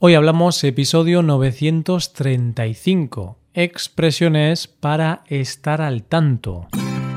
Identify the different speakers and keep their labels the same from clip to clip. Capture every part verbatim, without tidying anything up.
Speaker 1: Hoy hablamos episodio novecientos treinta y cinco, expresiones para estar al tanto.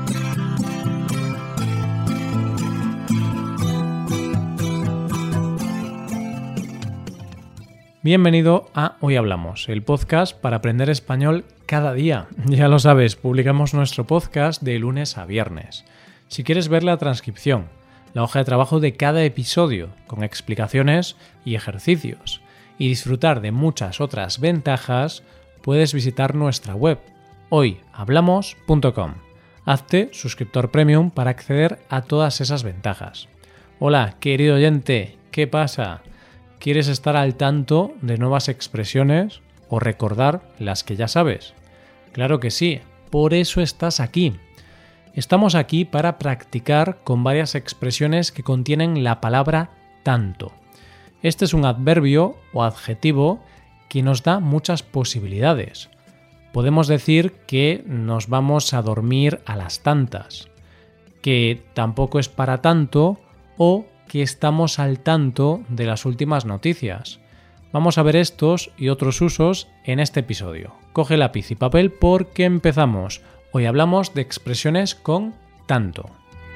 Speaker 1: Bienvenido a Hoy Hablamos, el podcast para aprender español cada día. Ya lo sabes, publicamos nuestro podcast de lunes a viernes. Si quieres ver la transcripción, la hoja de trabajo de cada episodio, con explicaciones y ejercicios, y disfrutar de muchas otras ventajas, puedes visitar nuestra web hoy hablamos punto com. Hazte suscriptor premium para acceder a todas esas ventajas. Hola, querido oyente, ¿qué pasa? ¿Quieres estar al tanto de nuevas expresiones o recordar las que ya sabes? Claro que sí, por eso estás aquí. Estamos aquí para practicar con varias expresiones que contienen la palabra tanto. Este es un adverbio o adjetivo que nos da muchas posibilidades. Podemos decir que nos vamos a dormir a las tantas, que tampoco es para tanto o que estamos al tanto de las últimas noticias. Vamos a ver estos y otros usos en este episodio. Coge lápiz y papel porque empezamos. Hoy hablamos de expresiones con tanto.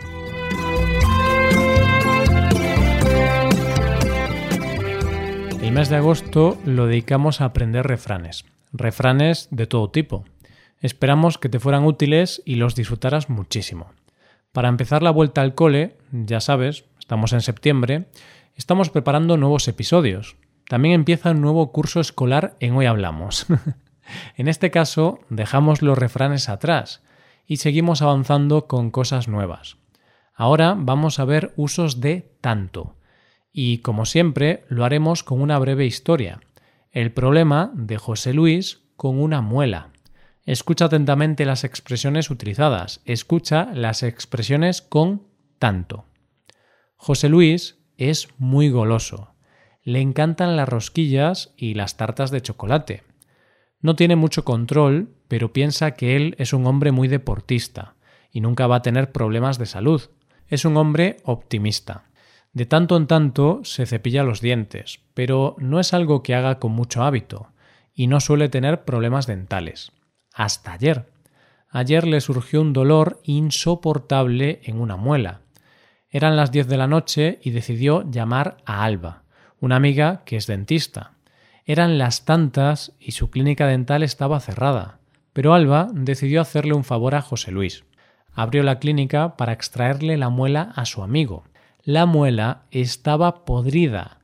Speaker 1: El mes de agosto lo dedicamos a aprender refranes. Refranes de todo tipo. Esperamos que te fueran útiles y los disfrutaras muchísimo. Para empezar la vuelta al cole, ya sabes, estamos en septiembre, estamos preparando nuevos episodios. También empieza un nuevo curso escolar en Hoy Hablamos. En este caso, dejamos los refranes atrás y seguimos avanzando con cosas nuevas. Ahora vamos a ver usos de tanto. Y, como siempre, lo haremos con una breve historia. El problema de José Luis con una muela. Escucha atentamente las expresiones utilizadas. Escucha las expresiones con tanto. José Luis es muy goloso. Le encantan las rosquillas y las tartas de chocolate. No tiene mucho control, pero piensa que él es un hombre muy deportista y nunca va a tener problemas de salud. Es un hombre optimista. De tanto en tanto se cepilla los dientes, pero no es algo que haga con mucho hábito y no suele tener problemas dentales. Hasta ayer. Ayer le surgió un dolor insoportable en una muela. Eran las diez de la noche y decidió llamar a Alba, una amiga que es dentista. Eran las tantas y su clínica dental estaba cerrada, pero Alba decidió hacerle un favor a José Luis. Abrió la clínica para extraerle la muela a su amigo. La muela estaba podrida,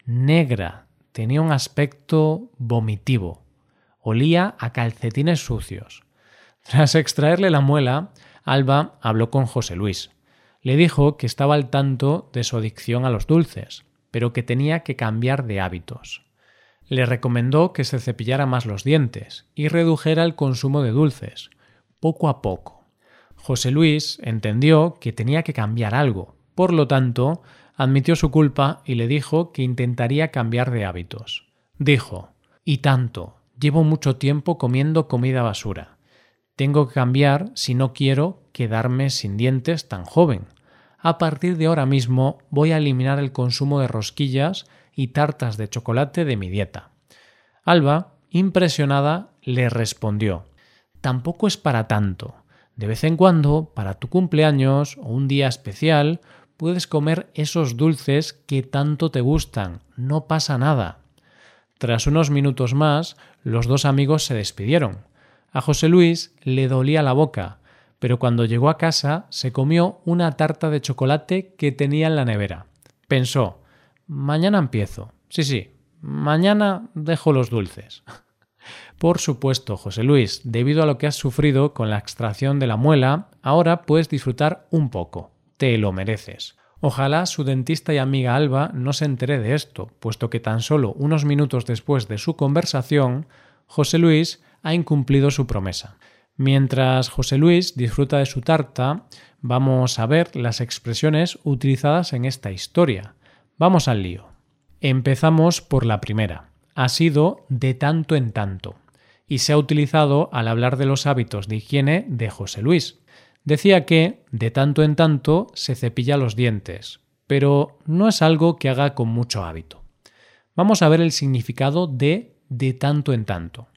Speaker 1: negra, tenía un aspecto vomitivo. Olía a calcetines sucios. Tras extraerle la muela, Alba habló con José Luis. Le dijo que estaba al tanto de su adicción a los dulces, pero que tenía que cambiar de hábitos. Le recomendó que se cepillara más los dientes y redujera el consumo de dulces, poco a poco. José Luis entendió que tenía que cambiar algo. Por lo tanto, admitió su culpa y le dijo que intentaría cambiar de hábitos. Dijo: «Y tanto, llevo mucho tiempo comiendo comida basura. Tengo que cambiar si no quiero quedarme sin dientes tan joven. A partir de ahora mismo voy a eliminar el consumo de rosquillas y tartas de chocolate de mi dieta». Alba, impresionada, le respondió: «Tampoco es para tanto. De vez en cuando, para tu cumpleaños o un día especial, puedes comer esos dulces que tanto te gustan. No pasa nada». Tras unos minutos más, los dos amigos se despidieron. A José Luis le dolía la boca, pero cuando llegó a casa se comió una tarta de chocolate que tenía en la nevera. Pensó: «Mañana empiezo. Sí, sí, mañana dejo los dulces». Por supuesto, José Luis, debido a lo que has sufrido con la extracción de la muela, ahora puedes disfrutar un poco. Te lo mereces. Ojalá su dentista y amiga Alba no se entere de esto, puesto que tan solo unos minutos después de su conversación, José Luis ha incumplido su promesa. Mientras José Luis disfruta de su tarta, vamos a ver las expresiones utilizadas en esta historia. Vamos al lío. Empezamos por la primera. Ha sido de tanto en tanto y se ha utilizado al hablar de los hábitos de higiene de José Luis. Decía que, de tanto en tanto, se cepilla los dientes, pero no es algo que haga con mucho hábito. Vamos a ver el significado de de tanto en tanto.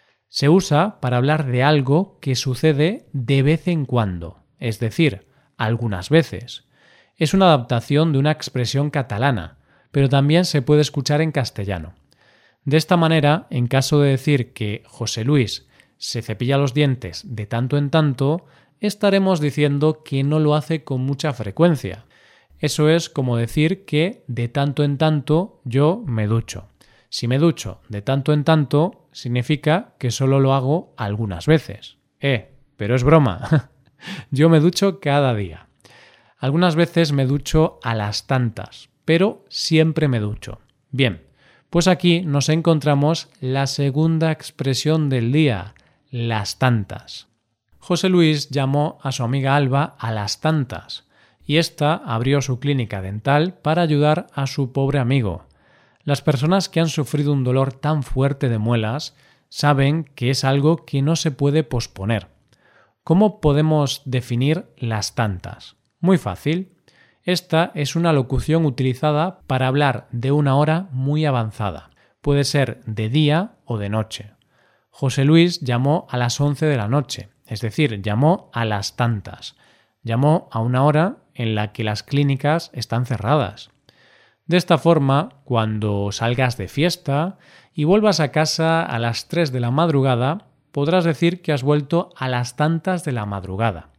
Speaker 1: Se usa para hablar de algo que sucede de vez en cuando, es decir, algunas veces. Es una adaptación de una expresión catalana, pero también se puede escuchar en castellano. De esta manera, en caso de decir que José Luis se cepilla los dientes de tanto en tanto, estaremos diciendo que no lo hace con mucha frecuencia. Eso es como decir que de tanto en tanto yo me ducho. Si me ducho de tanto en tanto, significa que solo lo hago algunas veces. Eh, pero es broma. Yo me ducho cada día. Algunas veces me ducho a las tantas, pero siempre me ducho. Bien, pues aquí nos encontramos la segunda expresión del día, las tantas. José Luis llamó a su amiga Alba a las tantas y ésta abrió su clínica dental para ayudar a su pobre amigo. Las personas que han sufrido un dolor tan fuerte de muelas saben que es algo que no se puede posponer. ¿Cómo podemos definir las tantas? Muy fácil. Esta es una locución utilizada para hablar de una hora muy avanzada. Puede ser de día o de noche. José Luis llamó a las once de la noche, es decir, llamó a las tantas. Llamó a una hora en la que las clínicas están cerradas. De esta forma, cuando salgas de fiesta y vuelvas a casa a las tres de la madrugada, podrás decir que has vuelto a las tantas de la madrugada.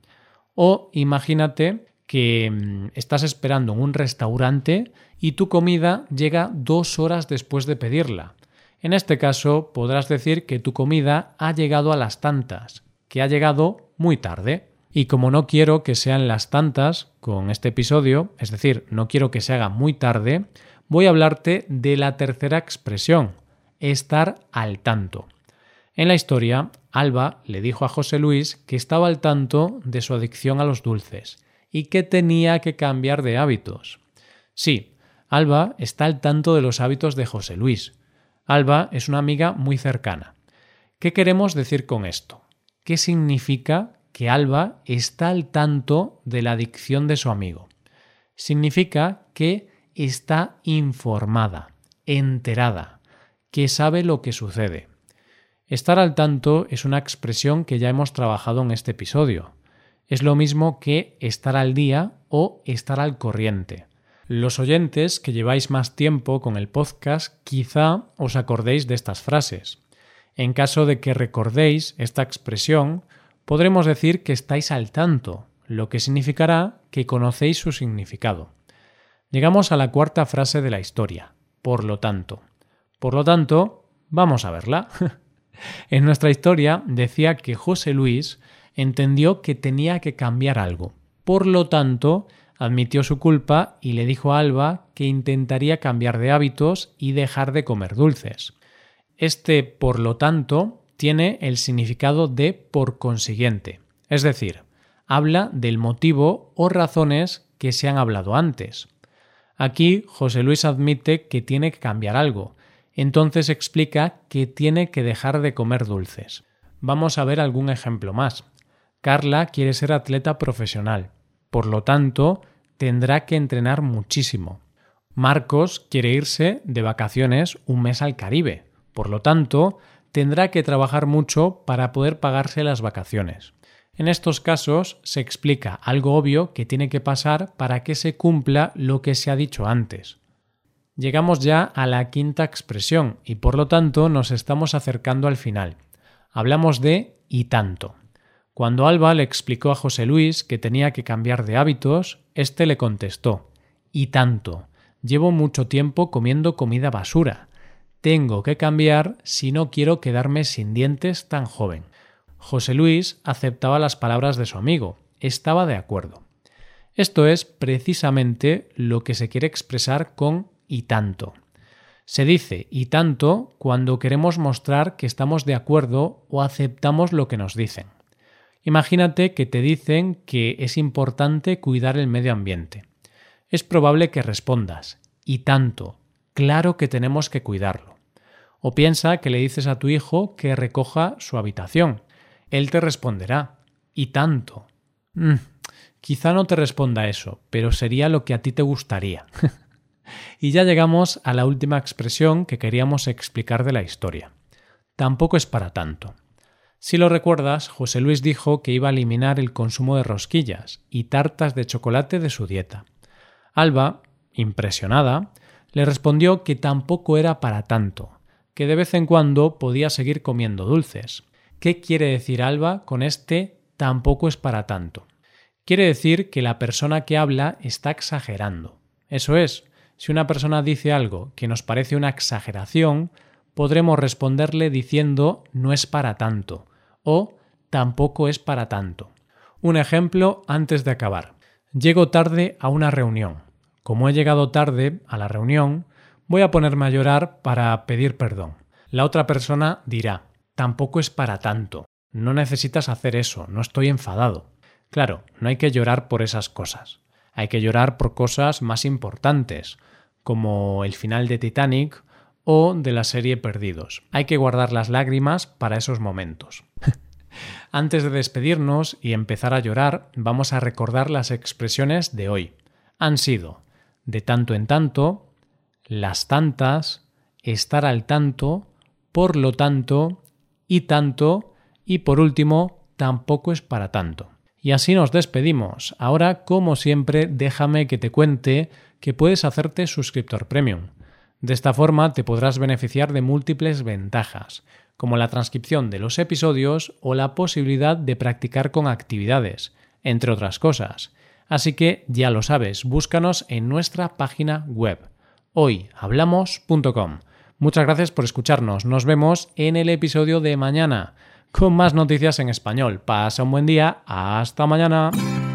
Speaker 1: O imagínate que mmm, estás esperando en un restaurante y tu comida llega dos horas después de pedirla. En este caso, podrás decir que tu comida ha llegado a las tantas, que ha llegado muy tarde. Y como no quiero que sean las tantas con este episodio, es decir, no quiero que se haga muy tarde, voy a hablarte de la tercera expresión, estar al tanto. En la historia, Alba le dijo a José Luis que estaba al tanto de su adicción a los dulces y que tenía que cambiar de hábitos. Sí, Alba está al tanto de los hábitos de José Luis. Alba es una amiga muy cercana. ¿Qué queremos decir con esto? ¿Qué significa que Alba está al tanto de la adicción de su amigo? Significa que está informada, enterada, que sabe lo que sucede. Estar al tanto es una expresión que ya hemos trabajado en este episodio. Es lo mismo que estar al día o estar al corriente. Los oyentes que lleváis más tiempo con el podcast quizá os acordéis de estas frases. En caso de que recordéis esta expresión, podremos decir que estáis al tanto, lo que significará que conocéis su significado. Llegamos a la cuarta frase de la historia, por lo tanto. Por lo tanto, vamos a verla. En nuestra historia decía que José Luis entendió que tenía que cambiar algo. Por lo tanto, admitió su culpa y le dijo a Alba que intentaría cambiar de hábitos y dejar de comer dulces. Este por lo tanto tiene el significado de por consiguiente, es decir, habla del motivo o razones que se han hablado antes. Aquí José Luis admite que tiene que cambiar algo, entonces explica que tiene que dejar de comer dulces. Vamos a ver algún ejemplo más. Carla quiere ser atleta profesional, por lo tanto tendrá que entrenar muchísimo. Marcos quiere irse de vacaciones un mes al Caribe, por lo tanto tendrá que trabajar mucho para poder pagarse las vacaciones. En estos casos se explica algo obvio que tiene que pasar para que se cumpla lo que se ha dicho antes. Llegamos ya a la quinta expresión y por lo tanto nos estamos acercando al final. Hablamos de y tanto. Cuando Alba le explicó a José Luis que tenía que cambiar de hábitos, éste le contestó: y tanto, llevo mucho tiempo comiendo comida basura. Tengo que cambiar si no quiero quedarme sin dientes tan joven. José Luis aceptaba las palabras de su amigo, estaba de acuerdo. Esto es precisamente lo que se quiere expresar con y tanto. Se dice y tanto cuando queremos mostrar que estamos de acuerdo o aceptamos lo que nos dicen. Imagínate que te dicen que es importante cuidar el medio ambiente. Es probable que respondas y tanto, claro que tenemos que cuidarlo. O piensa que le dices a tu hijo que recoja su habitación. Él te responderá y tanto. Mm, quizá no te responda eso, pero sería lo que a ti te gustaría. Y ya llegamos a la última expresión que queríamos explicar de la historia. Tampoco es para tanto. Si lo recuerdas, José Luis dijo que iba a eliminar el consumo de rosquillas y tartas de chocolate de su dieta. Alba, impresionada, le respondió que tampoco era para tanto, que de vez en cuando podía seguir comiendo dulces. ¿Qué quiere decir Alba con este tampoco es para tanto? Quiere decir que la persona que habla está exagerando. Eso es, si una persona dice algo que nos parece una exageración, podremos responderle diciendo no es para tanto o tampoco es para tanto. Un ejemplo antes de acabar. Llego tarde a una reunión. Como he llegado tarde a la reunión, voy a ponerme a llorar para pedir perdón. La otra persona dirá, tampoco es para tanto. No necesitas hacer eso, no estoy enfadado. Claro, no hay que llorar por esas cosas. Hay que llorar por cosas más importantes, como el final de Titanic o de la serie Perdidos. Hay que guardar las lágrimas para esos momentos. Antes de despedirnos y empezar a llorar, vamos a recordar las expresiones de hoy. Han sido de tanto en tanto, las tantas, estar al tanto, por lo tanto y tanto y por último, tampoco es para tanto. Y así nos despedimos. Ahora, como siempre, déjame que te cuente que puedes hacerte suscriptor premium. De esta forma te podrás beneficiar de múltiples ventajas, como la transcripción de los episodios o la posibilidad de practicar con actividades, entre otras cosas. Así que ya lo sabes, búscanos en nuestra página web, hoy hablamos punto com. Muchas gracias por escucharnos. Nos vemos en el episodio de mañana con más noticias en español. Pasa un buen día. Hasta mañana.